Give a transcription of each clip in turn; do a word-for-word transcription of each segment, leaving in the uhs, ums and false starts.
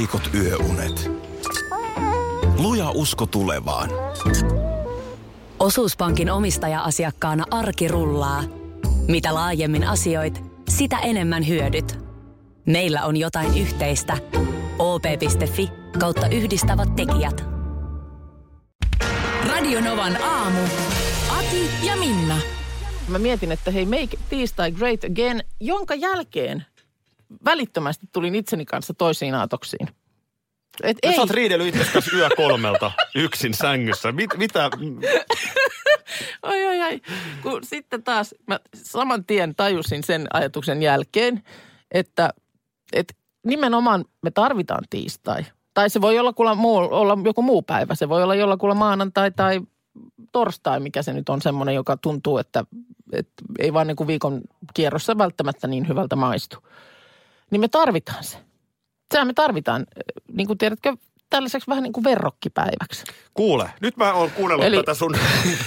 heikot yöunet. Luja usko tulevaan. Osuuspankin omistaja-asiakkaana arki rullaa. Mitä laajemmin asioit, sitä enemmän hyödyt. Meillä on jotain yhteistä. o p piste f i kautta yhdistävät tekijät. Radio Novan aamu. Ati ja Minna. Mä mietin, että hei, make tiistai great again, jonka jälkeen välittömästi tulin itseni kanssa toisiin aatoksiin. Et no, ei. Sä oot riidellyt itse kanssa yö kolmelta yksin sängyssä. Mit, mitä? Oi, oi, oi. Kun sitten taas mä saman tien tajusin sen ajatuksen jälkeen, että, että nimenomaan me tarvitaan tiistai. Tai se voi olla, kuulla muu, olla joku muu päivä. Se voi olla jollakulla maanantai tai torstai, mikä se nyt on semmoinen, joka tuntuu, että, että ei vaan niin kuin viikon kierrossa välttämättä niin hyvältä maistu. Niin me tarvitaan se. Sehän me tarvitaan, niin kuin tiedätkö, tällaiseksi vähän niin kuin verrokkipäiväksi. Kuule, nyt mä oon kuunnellut eli, tätä sun...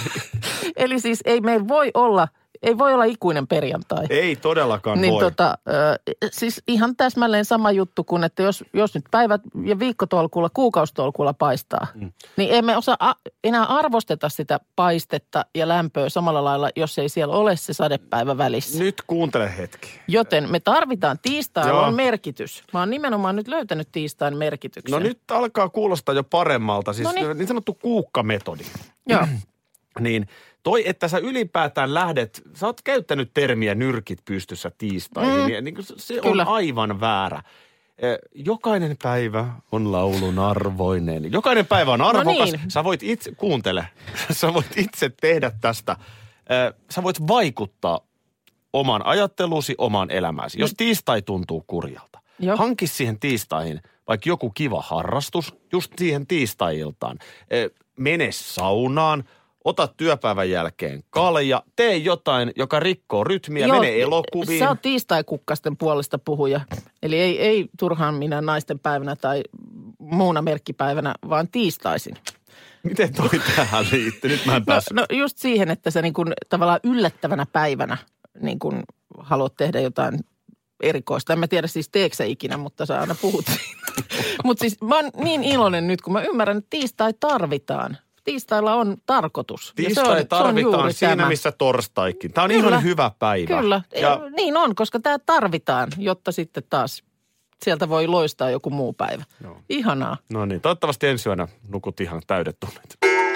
Eli siis ei meillä voi olla, ei voi olla ikuinen perjantai. Ei todellakaan niin voi. Tota, äh, siis ihan täsmälleen sama juttu kuin, että jos, jos nyt päivät ja viikkotolkulla, kuukausitolkulla paistaa, mm. niin emme osaa a, enää arvosteta sitä paistetta ja lämpöä samalla lailla, jos ei siellä ole se sadepäivä välissä. Nyt kuuntele hetki. Joten me tarvitaan, tiistailla on merkitys. Mä oon nimenomaan nyt löytänyt tiistain merkityksen. No nyt alkaa kuulostaa jo paremmalta, siis Noniin. niin sanottu kuukkametodi. Joo. Niin toi, että sä ylipäätään lähdet, sä oot käyttänyt termiä nyrkit pystyssä tiistaihin, mm. niin, niin se Kyllä. on aivan väärä. Jokainen päivä on laulun arvoinen. Jokainen päivä on arvokas. No niin. Sä voit itse, kuuntele, sä voit itse tehdä tästä, sä voit vaikuttaa oman ajattelusi, omaan elämääsi. Jos tiistai tuntuu kurjalta, Joo. hanki siihen tiistaihin vaikka joku kiva harrastus, just siihen tiistai-iltaan. Mene saunaan. Ota työpäivän jälkeen kalja, tee jotain, joka rikkoo rytmiä, Joo, mene elokuviin. Sä oot tiistai-kukkasten puolesta puhuja. Eli ei, ei turhaan minä naisten päivänä tai muuna merkkipäivänä, vaan tiistaisin. Miten toi tähän liittyy? Nyt mä en päässyt. No, no just siihen, että sä niin kuin tavallaan yllättävänä päivänä niin kuin haluat tehdä jotain erikoista. En mä tiedä siis teekö sä ikinä, mutta sä aina puhut siitä. Mutta siis mä oon niin iloinen nyt, kun mä ymmärrän, että tiistai tarvitaan. Tiistailla on tarkoitus. Tiistai on, tarvitaan siinä, tämä. missä torstaikin. Tämä on Kyllä, ihan hyvä päivä. Kyllä, ja... niin on, koska tämä tarvitaan, jotta sitten taas sieltä voi loistaa joku muu päivä. Joo. Ihanaa. No niin, toivottavasti ensi yönä nukut ihan täydet tunnet.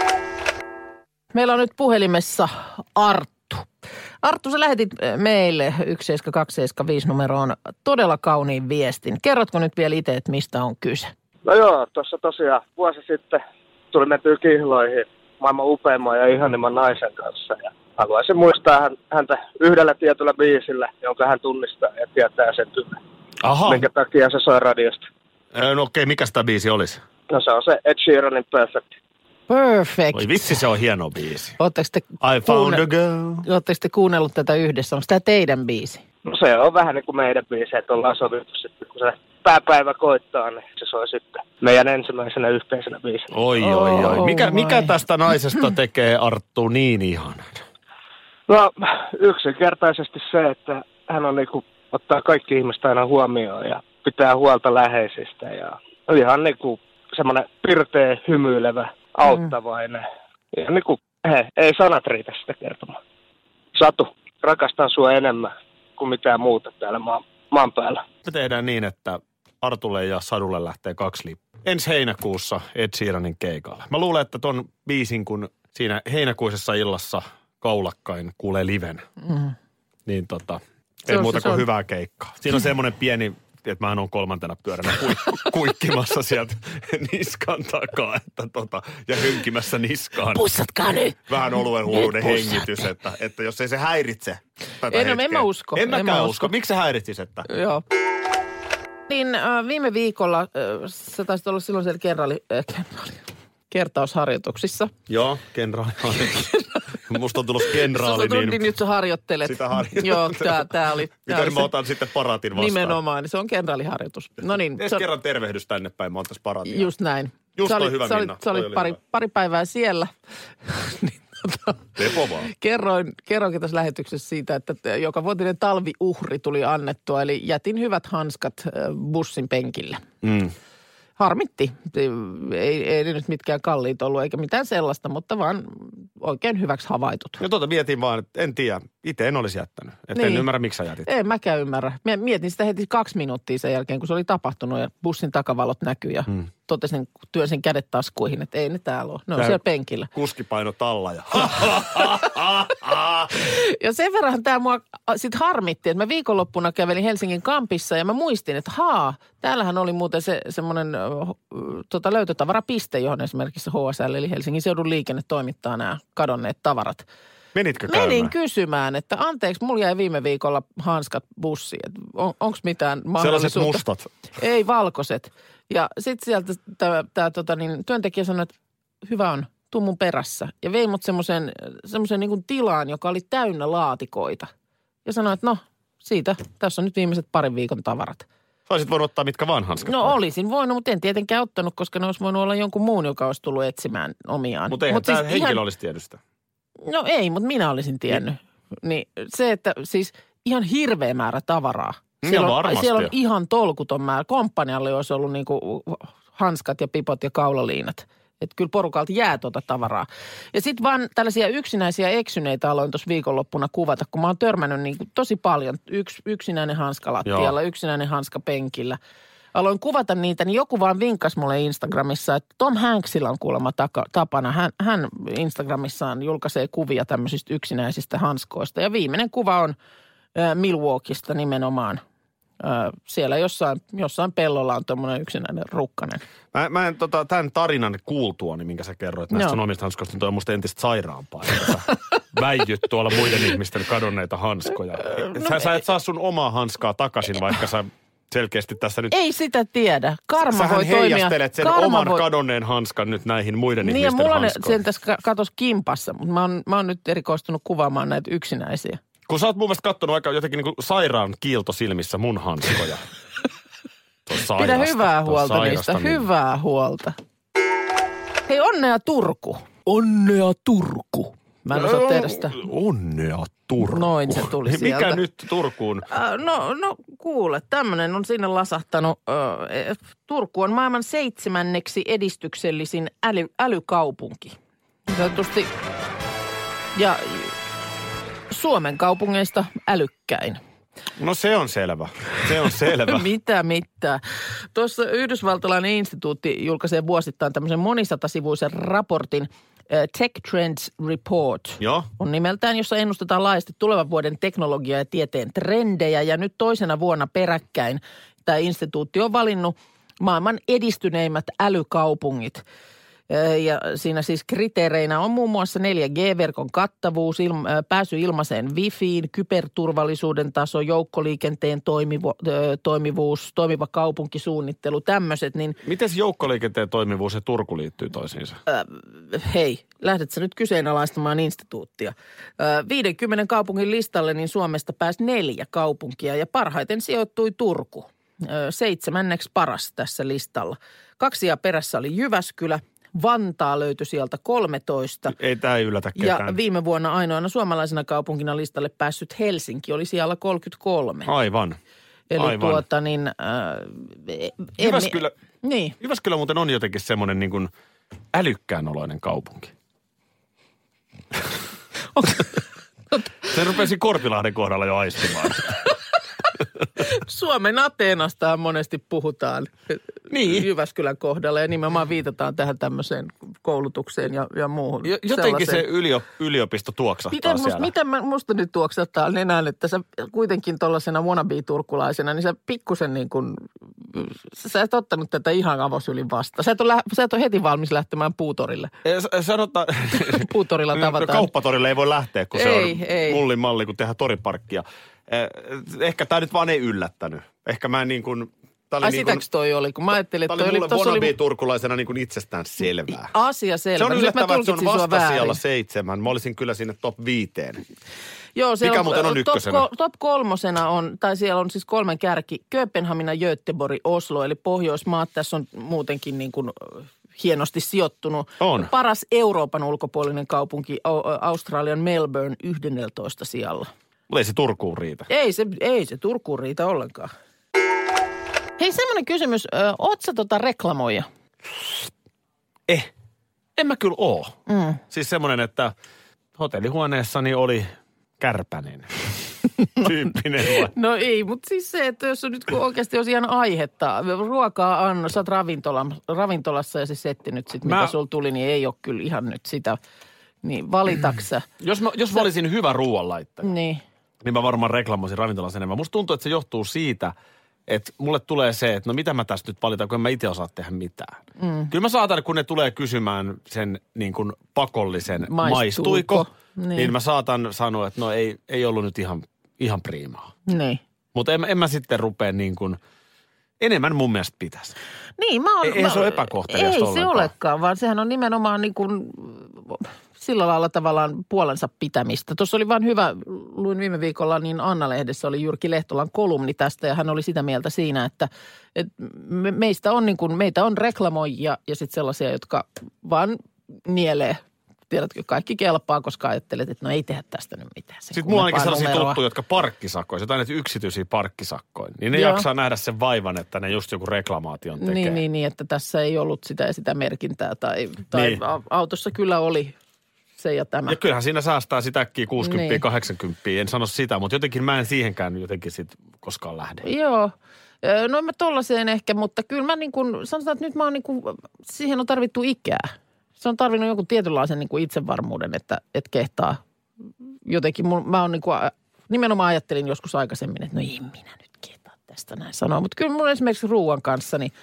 Meillä on nyt puhelimessa Arttu. Arttu, sä lähetit meille yksi seitsemän kaksi seitsemän viisi numeroon todella kauniin viestin. Kerrotko nyt vielä itse, että mistä on kyse? No joo, tuossa tosiaan vuosi sitten tuli mentyä kihloihin maailman upeimman ja ihanimman naisen kanssa. Ja haluaisin muistaa häntä yhdellä tietyllä biisillä, jonka hän tunnistaa ja tietää sen työn. Aha. Minkä takia se soi radiosta. No okei, okay, mikä sitä biisi olisi? No se on se Ed Sheeranin Perfect. Perfect. Oi vitsi, se on hieno biisi. Ootteko te, I found a girl. Ootteko te kuunnellut tätä yhdessä? Onko tämä teidän biisi? No se on vähän niin kuin meidän biisi, että ollaan sovittu sitten, kun se pääpäivä koittaa, niin se soi sitten meidän ensimmäisenä yhteisenä biisinä. Oi, oi, oi. Mikä, Oh mikä my. tästä naisesta tekee Arttu niin ihanan? No yksinkertaisesti se, että hän on niinku, ottaa kaikki ihmiset aina huomioon ja pitää huolta läheisistä ja ihan niinku semmoinen pirteä, hymyilevä, auttavainen. Mm. Ja niinku, he, ei sanat riitä sitä kertomaan. Satu, rakastan sua enemmän kuin mitään muuta täällä maan, maan päällä. Me tehdään niin, että Artulle ja Sadulle lähtee kaksi lippua. Ensi heinäkuussa Ed Sheeranin keikalle. Mä luulen, että ton biisin, kun siinä heinäkuisessa illassa kaulakkain kuulee liven, mm. niin tota, ei on, muuta kuin on. hyvää keikkaa. Siinä on semmoinen pieni, että mä oon kolmantena pyöränä kuik- kuikkimassa sieltä niskan takaa, että tota, ja hönkimässä niskaan. Pussatkaa nyt! Vähän oluen hulluuden hengitys, että, että jos ei se häiritse tätä En, hetkeä. en mä usko. En En mäkään mä usko. usko. Miksi se häiritsisi, että? Joo. Niin äh, viime viikolla, äh, sä taisit olla silloin siellä kenraali, äh, kenraali, kertausharjoituksissa. Joo, kenraali. Musta on tulossa kenraali, Susta tunti niin nyt sä harjoittelet. sitä harjoittelet. Joo, tää, tää oli. Tää Miten oli mä se- otan sitten paratin vastaan? Nimenomaan, niin se on kenraaliharjoitus. No niin. Ees se on- kerran tervehdys tänne päin, mä oon tässä paratia. Just näin. Just sä toi olit, hyvä, sä Minna. olit, sä Toi olit oli pari, hyvä. pari päivää siellä. niin, tota, Lepo vaan. kerroin, kerroinkin tässä lähetyksessä siitä, että joka vuotinen talviuhri tuli annettua. Eli jätin hyvät hanskat äh, bussin penkille. Mm. harmitti. Ei, ei nyt mitkään kalliit ollut eikä mitään sellaista, mutta vaan oikein hyväksi havaitut. Ja tuota mietin vaan, että en tiedä. Itse en olisi jättänyt. Että niin. En ymmärrä, miksi sä jätit. En mäkään ymmärrä. Mä mietin sitä heti kaksi minuuttia sen jälkeen, kun se oli tapahtunut ja bussin takavalot näkyi ja hmm. totesin, työnsin kädet taskuihin, että ei ne täällä ole. Ne on Tää siellä penkillä. Kuskipaino talla ja... ja sen verran tämä mua sitten harmitti, että mä viikonloppuna kävelin Helsingin kampissa ja mä muistin, että haa, täällähän oli muuten se semmoinen tota, löytötavarapiste, johon esimerkiksi H S L eli Helsingin seudun liikenne toimittaa nämä kadonneet tavarat. Menitkö käymään? Menin kysymään, että anteeksi, mulla jäi viime viikolla hanskat bussiin. On, onko mitään mahdollisuutta? Sellaiset mustat. Ei, valkoiset. Ja sitten sieltä tämä tota, niin, työntekijä sanoi, että hyvä on, tuu mun perässä. Ja vei mut semmoisen niin kuin tilaan, joka oli täynnä laatikoita. Ja sanoi, että no siitä, tässä on nyt viimeiset parin viikon tavarat. Saisit voinut ottaa mitkä vaan hanskat. No vai? Olisin voinut, mutta en tietenkään ottanut, koska ne olisi voinut olla jonkun muun, joka olisi tullut etsimään omiaan. Mutta eihän Mut tämä siis henkilö ihan... olisi tiennyt sitä. No ei, mutta minä olisin tiennyt. Niin se, että siis ihan hirveä määrä tavaraa. Siellä on, siellä on ihan tolkuton määrä. Komppanialle olisi ollut niinku hanskat ja pipot ja kaulaliinat. Että kyllä porukalta jää tuota tavaraa. Ja sitten vaan tällaisia yksinäisiä eksyneitä aloin tuossa viikonloppuna kuvata, kun mä oon törmännyt niinku tosi paljon. Yks, yksinäinen hanska lattialla, Joo. yksinäinen hanska penkillä. Aloin kuvata niitä, niin joku vaan vinkkasi mulle Instagramissa, että Tom Hanksilla on kuulemma taka, tapana. Hän, hän Instagramissaan julkaisee kuvia tämmöisistä yksinäisistä hanskoista. Ja viimeinen kuva on äh, Milwaukeesta nimenomaan. Äh, siellä jossain, jossain pellolla on tuommoinen yksinäinen rukkanen. Mä, mä en tota, tämän tarinan kuultua, niin minkä sä kerroit näistä sun omista hanskoista, niin toi on musta entistä sairaampaa. Väijyt tuolla muiden ihmisten kadonneita hanskoja. Sä, no, sä et saa sun omaa hanskaa takaisin, vaikka sä... Selkeästi tässä nyt... Ei sitä tiedä. Karma Sähän voi toimia. Sähän heijastelet sen Karma oman voi... kadonneen hanskan nyt näihin muiden niin ihmisten hanskoihin. Niin ja mulla on sen tässä katos kimpassa, mutta mä oon, mä oon nyt erikoistunut kuvaamaan näitä yksinäisiä. Kun sä oot mun mielestä kattonut aika jotenkin niin kuin sairaan kiilto silmissä mun hanskoja. Sairasta, pidä hyvää huolta niistä. Niin. Hyvää huolta. Hei, onnea Turku. Onnea Turku. Mä en osaa tehdä sitä. Onnea Turku. Noin se tuli Mikä sieltä. Mikä nyt Turkuun? Äh, no, no kuule, tämmöinen on sinne lasahtanut. Äh, Turku on maailman seitsemänneksi edistyksellisin äly, älykaupunki. Tietysti. Ja Suomen kaupungeista älykkäin. No se on selvä. Se on selvä. mitä, mitä. Tuossa Yhdysvaltalainen instituutti julkaisee vuosittain tämmöisen monisatasivuisen raportin, Tech Trends Report Joo. on nimeltään, jossa ennustetaan laajasti tulevan vuoden teknologia- ja tieteen trendejä. Ja nyt toisena vuonna peräkkäin tämä instituutti on valinnut maailman edistyneimmät älykaupungit. Ja siinä siis kriteereinä on muun muassa neljä G-verkon kattavuus, ilma, pääsy ilmaiseen wifiin, kyberturvallisuuden taso, joukkoliikenteen toimivu, toimivuus, toimiva kaupunkisuunnittelu, tämmöiset. Niin, miten joukkoliikenteen toimivuus ja Turku liittyy toisiinsa? Äh, hei, lähdetkö nyt kyseenalaistamaan instituuttia? Äh, viidenkymmenen kaupungin listalle niin Suomesta pääsi neljä kaupunkia ja parhaiten sijoittui Turku. Äh, seitsemänneksi paras tässä listalla. Kaksi ja perässä oli Jyväskylä. Vantaa löytyi sieltä kolmetoista. Ei tämä yllätä ketään. Ja viime vuonna ainoana suomalaisena kaupunkina listalle päässyt Helsinki oli siellä kolmekymmentäkolme. Aivan. Eli Aivan. tuota niin... Äh, Jyväskylä, niin. Jyväskylä muuten on jotenkin semmoinen niin kuin älykkään oloinen kaupunki. Se rupesi Korpilahden kohdalla jo aistimaan. Suomen Ateenastahan monesti puhutaan niin. Jyväskylän kohdalla ja nimenomaan viitataan tähän tämmöiseen koulutukseen ja, ja muuhun. Jotenkin sellaiseen. Se ylio, yliopisto tuoksahtaa miten siellä. Must, miten musta nyt tuoksahtaa nenään, että sä kuitenkin tuollaisena wannabe-turkulaisena, niin sä pikkusen niin kuin, sä et ottanut tätä ihan avosylin vastaan. Sä et ole, sä et ole heti valmis lähtemään puutorille. Sanotaan, puutorilla tavataan. Kauppatorille ei voi lähteä, kun ei, se on ei. mullin malli, kun tehdään toriparkkia. Ehkä tämä nyt vaan ei yllättänyt. Ehkä mä niin kuin... Ai niin sitäks toi oli? Kun mä ajattelin, että toi oli... Tämä oli mulle wannabe-turkulaisena niin kuin itsestään selvää. Asia selvä. Se on yllättävää, että se on vasta siellä väärin. seitsemän. Mä olisin kyllä sinne top viiteen. Joo, mikä on, muuten on ykkösenä? Top, top kolmosena on, tai siellä on siis kolmen kärki, Kööpenhamina, Göteborg, Oslo, eli Pohjoismaat. Tässä on muutenkin niin kuin hienosti sijoittunut. On. Paras Euroopan ulkopuolinen kaupunki, Australian Melbourne, yksitoista sijalla. Mulla ei se Turkuun riitä. Ei se, ei se Turkuun riitä ollenkaan. Hei, semmoinen kysymys. Ö, oot sä tota reklamoija? Eh, en mä kyllä oo. Mm. Siis semmoinen, että hotellihuoneessani oli kärpänen tyyppinen vai? No ei, mutta siis se, että jos on nyt kun oikeasti olisi ihan aihetta, ruokaa anno, sä oot ravintola, ravintolassa ja se setti nyt sit, Mä... mitä sulla tuli, niin ei ole kyllä ihan nyt sitä, niin valitaksä? Jos mä, jos mä olisin hyvä ruoanlaittaja, Niin. niin mä varmaan reklamoisin ravintolassa enemmän. Musta tuntuu, että se johtuu siitä, että mulle tulee se, että no mitä mä tästä nyt valitaan, kun en mä itse osaa tehdä mitään. Mm. Kyllä mä saatan, kun ne tulee kysymään sen niin kuin pakollisen Maistuiko? maistuiko, Niin. niin mä saatan sanoa, että no ei, ei ollut nyt ihan, ihan priimaa. Niin. Mutta en, en mä sitten rupea niin kuin, enemmän mun mielestä pitäisi. Niin, mä oon... Ei, mä, ei se ole epäkohteliasta Ei ollenkaan. se olekaan, vaan sehän on nimenomaan niin kuin sillä lailla tavallaan puolensa pitämistä. Tuossa oli vaan hyvä, luin viime viikolla, niin Anna-lehdessä oli Jyrki Lehtolan kolumni tästä ja hän oli sitä mieltä siinä, että, että me, meistä on niin kuin, meitä on reklamoijia ja sitten sellaisia, jotka vaan nielee. Tiedätkö, kaikki kelpaa, koska ajattelet, että no ei tehdä tästä nyt mitään. Se Sitten mulla on ainakin sellaisia numeroa. tuttuja, jotka parkkisakkoja, jotain näitä yksityisiä parkkisakkoja, niin ne Joo. jaksaa nähdä sen vaivan, että ne just joku reklamaation tekee. Niin, niin, niin, että tässä ei ollut sitä ja sitä merkintää tai, tai Niin. autossa kyllä oli se ja tämä. Ja kyllähän siinä säästää sitä äkkiä kuusikymmentä, Niin. kahdeksankymmentä, en sano sitä, mutta jotenkin mä en siihenkään jotenkin sit koskaan lähde. Joo. No mä tollaiseen ehkä, mutta kyllä mä niin kuin, sanotaan, että nyt mä oon niin kuin, siihen on tarvittu ikää. Se on tarvinnut jonkun tietynlaisen niin kuin itsevarmuuden, että, että kehtaa jotenkin. Mun, mä oon niin kuin, nimenomaan ajattelin joskus aikaisemmin, että no ei minä nyt kehtaa tästä näin sanoa. Mutta kyllä mun esimerkiksi ruoan kanssa, niin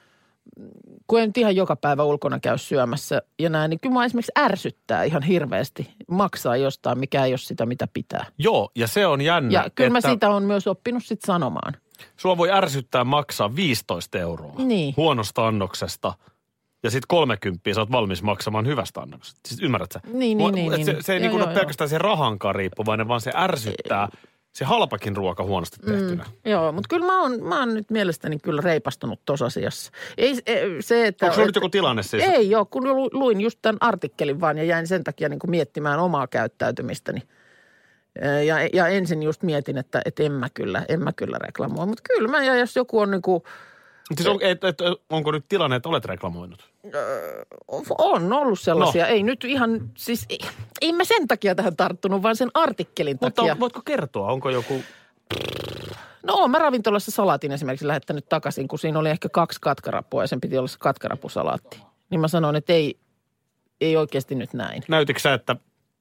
kun en nyt ihan joka päivä ulkona käy syömässä ja näin, niin kyllä mä esimerkiksi ärsyttää ihan hirveästi maksaa jostain, mikä ei ole sitä, mitä pitää. Joo, ja se on jännä. Ja kyllä mä että siitä on myös oppinut sitten sanomaan. Sua voi ärsyttää maksaa viisitoista euroa Niin. huonosta annoksesta. Ja sitten kolmekymppiä sä oot valmis maksamaan hyvästä annoksesta. Siis ymmärrät sä? Niin, niin, niin, Et se, niin. se ei Joo, niinku joo, ole pelkästään se rahankaan riippuvainen, vaan se ärsyttää se halpakin ruoka huonosti tehtynä. Mm, joo, mutta kyllä mä oon, mä oon nyt mielestäni kyllä reipastunut tuossa asiassa. Ei ei- se, että... Onko sulla et- nyt joku tilanne siis? Ei joo, kun lu- luin just tämän artikkelin vaan ja jäin sen takia niin kuin miettimään omaa käyttäytymistäni. Ja, ja ensin just mietin, että, että en mä kyllä, en mä kyllä reklamoi. Mutta kyllä mä, ja jos joku on niin kuin, Siis on, et, et, onko nyt tilanne, että olet reklamoinut? on ollut sellaisia. No. Ei nyt ihan, siis ei, ei mä sen takia tähän tarttunut, vaan sen artikkelin Mutta takia. on, voitko kertoa, onko joku... No oon mä ravintolassa salaatin esimerkiksi lähettänyt takaisin, kun siinä oli ehkä kaksi katkarapua ja sen piti olla se katkarapusalaatti. Niin mä sanoin, että ei, ei oikeasti nyt näin. Näytitkö sä, että...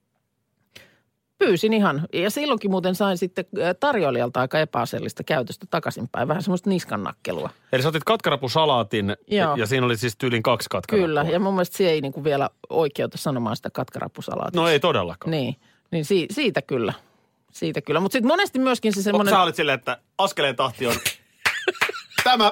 Pyysin ihan. Ja silloinkin muuten sain sitten tarjoilijalta aika epäasiallista käytöstä takaisinpäin. Vähän semmoista niskannakkelua. Eli sä otit katkarapusalaatin ja, ja siinä oli siis tyylin kaksi katkarapua. Kyllä, ja mun mielestä se ei niin kuin vielä oikeuta sanomaan sitä katkarapusalaatista. No ei todellakaan. Niin, niin si- siitä kyllä. Siitä kyllä. Mutta sitten monesti myöskin se semmoinen... Sä olit silleen, että askeleen tahti on... Tämä...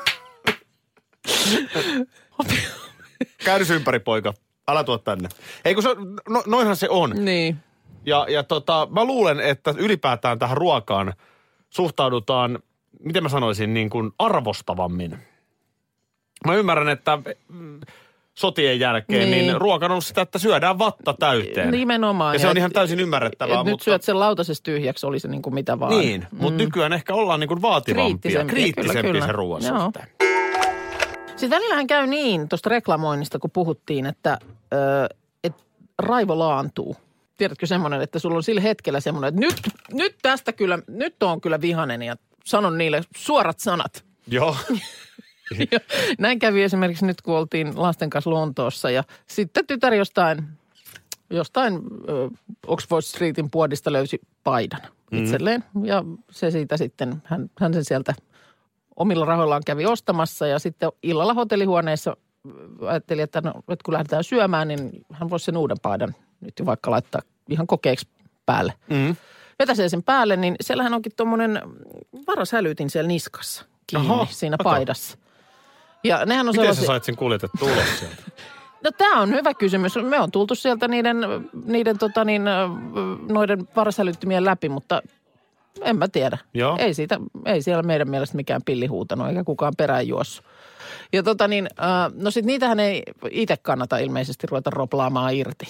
Käydys ympäri, poika. Älä tuo tänne. Ei kun se, no, noinhan se on. Niin. Ja, ja tota, mä luulen, että ylipäätään tähän ruokaan suhtaudutaan, miten mä sanoisin, niin kuin arvostavammin. Mä ymmärrän, että mm, sotien jälkeen niin. niin ruoka on ollut sitä, että syödään vatta täyteen. Nimenomaan. Ja se on et, ihan täysin ymmärrettävää. Et mutta... nyt syöt sen lautasessa tyhjäksi, oli se niin kuin mitä vaan. Niin, mm. mutta nykyään ehkä ollaan niin kuin vaativampia, Kriittisempiä, kriittisempiä kyllä, kyllä. sen ruoan Joo. suhteen. Sitten välillähän käy niin, tuosta reklamoinnista kun puhuttiin, että, ö, että raivo laantuu. Tiedätkö semmoinen, että sulla on sillä hetkellä semmoinen, että nyt, nyt tästä kyllä, nyt on kyllä vihainen ja sanon niille suorat sanat. Joo. Ja näin kävi esimerkiksi nyt, kun oltiin lasten kanssa Lontoossa ja sitten tytär jostain, jostain ö, Oxford Streetin puodista löysi paidan itselleen. Mm-hmm. Ja se siitä sitten, hän, hän sen sieltä omilla rahoillaan kävi ostamassa ja sitten illalla hotellihuoneessa ajatteli, että, no, että kun lähdetään syömään, niin hän voisi sen uuden paidan nyt jo vaikka laittaa ihan kokeeksi päälle. Mm. Vetäsee sen päälle, niin siellähän onkin tuommoinen varashälytin siellä niskassa kiinni. Aha, siinä okay. paidassa. Ja nehän on Miten sellaisia... sä sait sen kuljetettua ulos sieltä? No tämä on hyvä kysymys. Me on tultu sieltä niiden, niiden tota niin, noiden varashälyttimien läpi, mutta en mä tiedä. Joo. Ei, siitä, ei siellä meidän mielestä mikään pilli huutanut eikä kukaan perään juossut. Ja tota niin, no sit niitähän ei itse kannata ilmeisesti ruveta roplaamaan irti.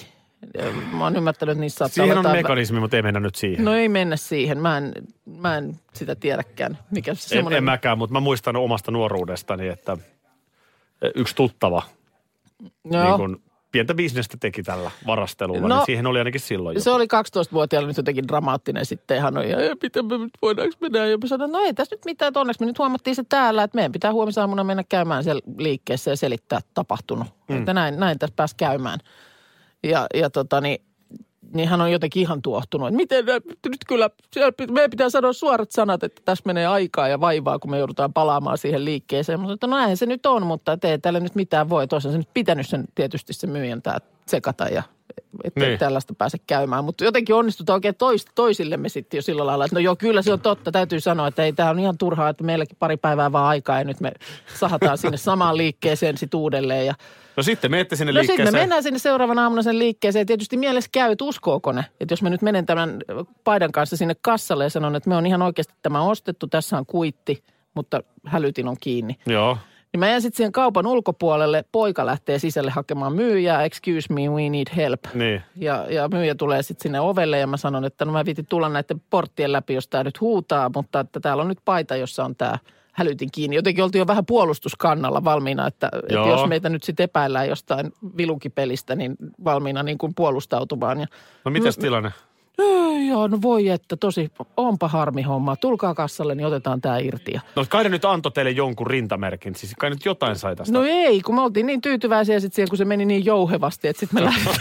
Mä oon ymmärtänyt, että niissä saattaa Siihen on jotain... mekanismi, mutta ei mennä nyt siihen. No ei mennä siihen. Mä en, mä en sitä tiedäkään. Mikä se en, semmoinen... en mäkään, mutta mä muistan omasta nuoruudestani, että yksi tuttava niin kun pientä bisnestä teki tällä varastelulla, no, niin siihen oli ainakin silloin se joku. oli kaksitoistavuotiaalla nyt jotenkin dramaattinen sitten. Hän oli, ja mitä me nyt voidaanko mennä? Ja mä sanoin, no ei tässä nyt mitään, että onneksi me nyt huomattiin se täällä, että meidän pitää huomisaamuna mennä käymään siellä liikkeessä ja selittää tapahtunut. Mm. Että näin, näin tässä pääsi käymään. Ja, ja tota niin, niin hän on jotenkin ihan tuohtunut, että miten nyt kyllä, meidän pitää sanoa suorat sanat, että tässä menee aikaa ja vaivaa, kun me joudutaan palaamaan siihen liikkeeseen. Mä sanoin, että no näinhän se nyt on, mutta te ei täällä nyt mitään voi. Toisaalta se nyt pitänyt sen tietysti sen myyjän tää sekata ja ettei niin tällaista pääse käymään. Mutta jotenkin onnistutaan oikein tois, toisillemme sitten jo sillä lailla, että no joo, kyllä se on totta. Täytyy sanoa, että ei tämä on ihan turhaa, että meilläkin pari päivää vaan aikaa ja nyt me sahataan sinne samaan liikkeeseen sitten uudelleen ja no sitten menette sinne no liikkeeseen. No sitten me mennään sinne seuraavana aamuna sen liikkeeseen. Tietysti mielessä käy, että uskooko ne. Että jos mä nyt menen tämän paidan kanssa sinne kassalle ja sanon, että me on ihan oikeasti tämä ostettu, tässä on kuitti, mutta hälytin on kiinni. Joo. Niin mä jään sitten siihen kaupan ulkopuolelle, poika lähtee sisälle hakemaan myyjää, excuse me, we need help. Niin. Ja, ja myyjä tulee sitten sinne ovelle ja mä sanon, että no mä viitin tulla näiden porttien läpi, jos tää nyt huutaa, mutta että täällä on nyt paita, jossa on tää hälytin kiinni. Jotenkin oltiin jo vähän puolustuskannalla valmiina, että, että jos meitä nyt sitten epäillään jostain vilunkipelistä, niin valmiina niin kuin puolustautumaan. Ja no mitäs tilanne? Joo, no voi että tosi, onpa harmi homma. Tulkaa kassalle, niin otetaan tää irti. No kai ne nyt antoi teille jonkun rintamerkin, siis kai nyt jotain sai tästä. No ei, kun me oltiin niin tyytyväisiä sitten siihen, kun se meni niin jouhevasti, että sitten me lähdettiin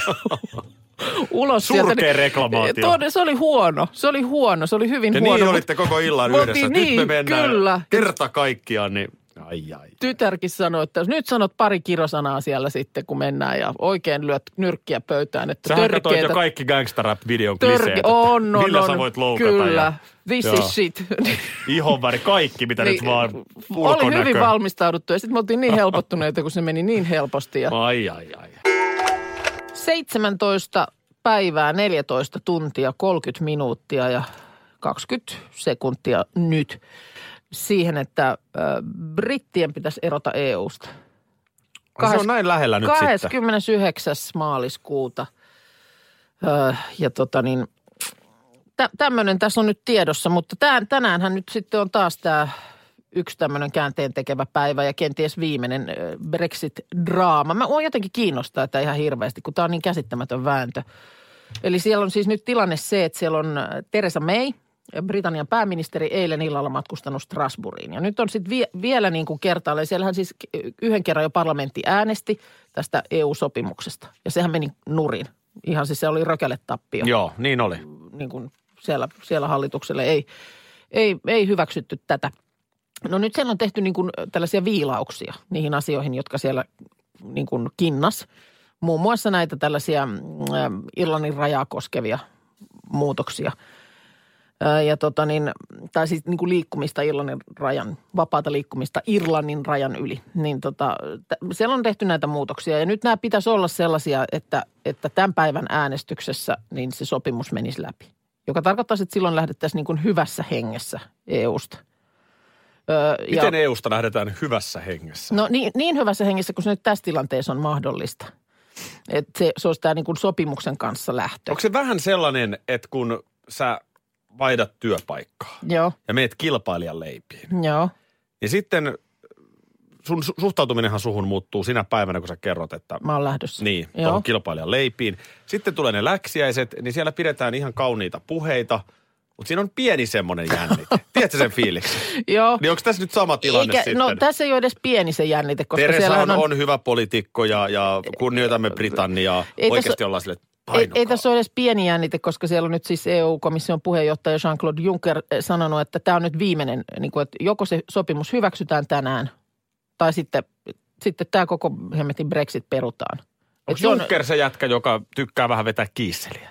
ulos sieltä. Surkea reklamaatio. Tode, se oli huono, se oli huono, se oli hyvin ja huono. Ja niin mutta olitte koko illan yhdessä. Niin, nyt me mennään kyllä. kerta kaikkiaan, niin ai ai. Tytärkin sanoi, että nyt sanot pari kirosanaa siellä sitten, kun mennään ja oikein lyöt nyrkkiä pöytään. Että sähän törkeetä, katsoit jo kaikki gangsta-rap-videon törke, kliseet, on, on, millä on, sä voit loukata. Kyllä, ja, this joo. is shit. Ihonväri, kaikki mitä niin, nyt vaan ulkonäkö. Oli hyvin valmistauduttu ja sitten me oltiin niin helpottuneita, kun se meni niin helposti. Ja ai ai ai. seitsemäntoista päivää, neljätoista tuntia, kolmekymmentä minuuttia ja kaksikymmentä sekuntia nyt siihen, että äh, brittien pitäisi erota E U:sta. Se on näin lähellä nyt sitten. kahdeskymmenesyhdeksäs maaliskuuta. Äh, ja tota niin, tä, tämmöinen tässä on nyt tiedossa, mutta tämän, tänäänhän nyt sitten on taas tämä yksi tämmöinen käänteen tekevä päivä ja kenties viimeinen äh, Brexit-draama. Mä oon jotenkin kiinnostaa tätä ihan hirveästi, kun tämä on niin käsittämätön vääntö. Eli siellä on siis nyt tilanne se, että siellä on Theresa May, Britannian pääministeri, eilen illalla matkustanut Strasbourgiin. Ja nyt on sitten vie, vielä niin kuin kertaalleen, siellähän siis yhden kerran jo parlamentti äänesti tästä E U-sopimuksesta. Ja sehän meni nurin. Ihan siis se oli rökeletappio. Joo, niin oli. Niin kuin siellä, siellä hallitukselle ei, ei, ei hyväksytty tätä. No nyt siellä on tehty niin kuin tällaisia viilauksia niihin asioihin, jotka siellä niin kuin kinnas. Muun muassa näitä tällaisia äh, Irlannin rajaa koskevia muutoksia. Äh, ja tota niin, tai siis niin kuin liikkumista Irlannin rajan, vapaata liikkumista Irlannin rajan yli. Niin tota, t- siellä on tehty näitä muutoksia ja nyt nämä pitäisi olla sellaisia, että, että tämän päivän äänestyksessä niin se sopimus menisi läpi. Joka tarkoittaa, että silloin lähdettäisiin niin kuin hyvässä hengessä E U:sta. Öö, Miten ja, E U:sta lähdetään hyvässä hengessä? No niin, niin hyvässä hengessä, kun se nyt tässä tilanteessa on mahdollista. Että se, se olisi tämä niin kuin sopimuksen kanssa lähtö. Onko se vähän sellainen, että kun sä vaihdat työpaikkaa Joo. ja meet kilpailijan leipiin. Joo. Ja sitten sun suhtautuminenhan suhun muuttuu sinä päivänä, kun sä kerrot, että mä oon lähdössä. Niin, tuohon kilpailijan leipiin. Sitten tulee ne läksiäiset, niin siellä pidetään ihan kauniita puheita, mutta siinä on pieni semmoinen jännite. Tiedätkö sen fiiliksi? Joo. Niin onko tässä nyt sama tilanne Eikä, sitten? No tässä ei ole edes pieni se jännite, koska Teresa on, on, on hyvä poliitikko ja, ja kunnioitamme Britanniaa. Ei Oikeasti tässä, ollaan sille, ei, ei tässä ole edes pieni jännite, koska siellä on nyt siis E U-komission puheenjohtaja Jean-Claude Juncker sanonut, että tämä on nyt viimeinen, niin kuin, että joko se sopimus hyväksytään tänään tai sitten, sitten tämä koko hemmetin Brexit perutaan. Onko Juncker se jätkä, joka tykkää vähän vetää kiisseliä?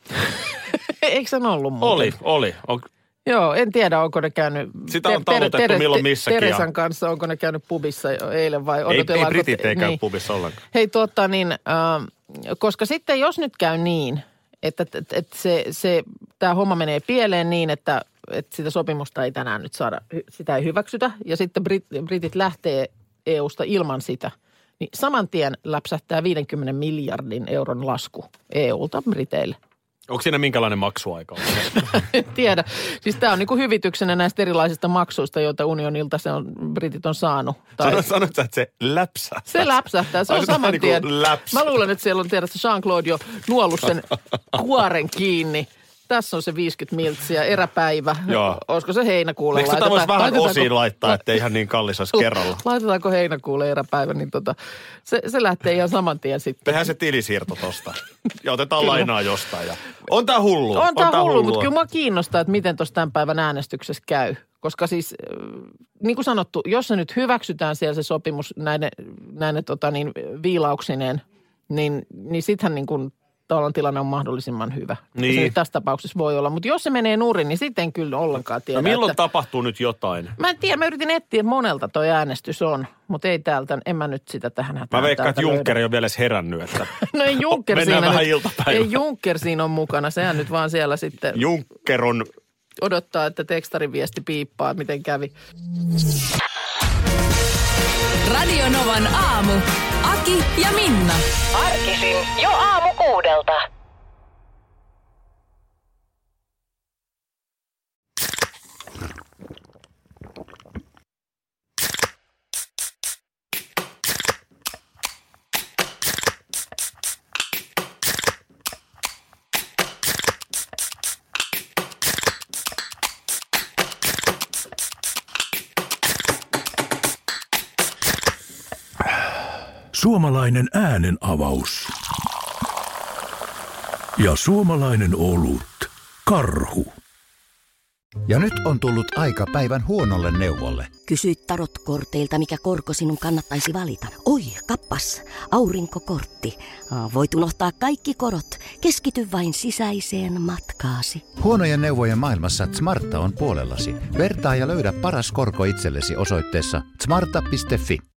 Eikö se ollut muuten? Oli, oli. On... Joo, en tiedä, onko ne käynyt... Sitä on talutettu ter- ter- milloin missäkin. Teresan kanssa, onko ne käynyt pubissa eilen vai ei, odotellaanko... Ei britit ei käy niin. pubissa ollenkaan. Hei tuota niin, äh, koska sitten jos nyt käy niin, että, että, että se, se, tämä homma menee pieleen niin, että, että sitä sopimusta ei tänään nyt saada, sitä ei hyväksytä ja sitten Brit, britit lähtee E U:sta ilman sitä, niin saman tien läpsähtää viidenkymmenen miljardin euron lasku E U:lta Briteille. Onko siinä minkälainen maksuaika? En tiedä. Siis tämä on niinku hyvityksenä näistä erilaisista maksuista, joita unionilta se on, britit on saanut. Tai... Sano, sanot sä, että se läpsähtää? Se läpsähtää, se on saman niin tien. Läpsä. Mä luulen, että siellä on tiedä, että Jean-Claude jo nuollut sen kuoren kiinni. Tässä on se viisikymmentä miltsiä, eräpäivä. Joo. Olisiko se heinäkuulle? Eikö tätä voisi vähän osiin laittaa, ettei ihan niin kallis olisi kerralla? Laitetaanko heinäkuulle eräpäivä, niin tota, se, se lähtee ihan saman tien sitten. Tehdään se tilisiirto tosta ja otetaan lainaa jostain. Ja... On tää hullu. On, on tää hullu, hullu, mutta kyllä mua kiinnostaa, että miten tuossa tämän päivän äänestyksessä käy. Koska siis, niin kuin sanottu, jos se nyt hyväksytään siellä se sopimus näiden, näiden tota niin, viilauksineen, niin, niin sittenhän niin kuin tavallaan tilanne on mahdollisimman hyvä. Niin. Se nyt tässä tapauksessa voi olla. Mutta jos se menee nurin, niin sitten en kyllä ollenkaan tiedä. No milloin että... tapahtuu nyt jotain? Mä en tiedä, mä yritin etsiä, monelta toi äänestys on, mutta ei täältä, en mä nyt sitä tähän hätään. Mä veikkaan, että Juncker ei ole vielä edes herännyt. Että... no ei Juncker Mennään siinä vähän nyt, iltapäivään. Ei Juncker siinä on mukana, sehän nyt vaan siellä sitten... Juncker on... Odottaa, että tekstarin viesti piippaa, miten kävi. Radio Novan aamu. Aki ja Minna. Arkisin jo aamu kuudelta. Suomalainen äänen avaus. Ja suomalainen olut. Karhu. Ja nyt on tullut aika päivän huonolle neuvolle. Kysy tarotkorteilta, mikä korko sinun kannattaisi valita. Oi, kappas, aurinkokortti. Voit unohtaa kaikki korot. Keskity vain sisäiseen matkaasi. Huonojen neuvojen maailmassa Smarta on puolellasi. Vertaa ja löydä paras korko itsellesi osoitteessa smarta piste fi.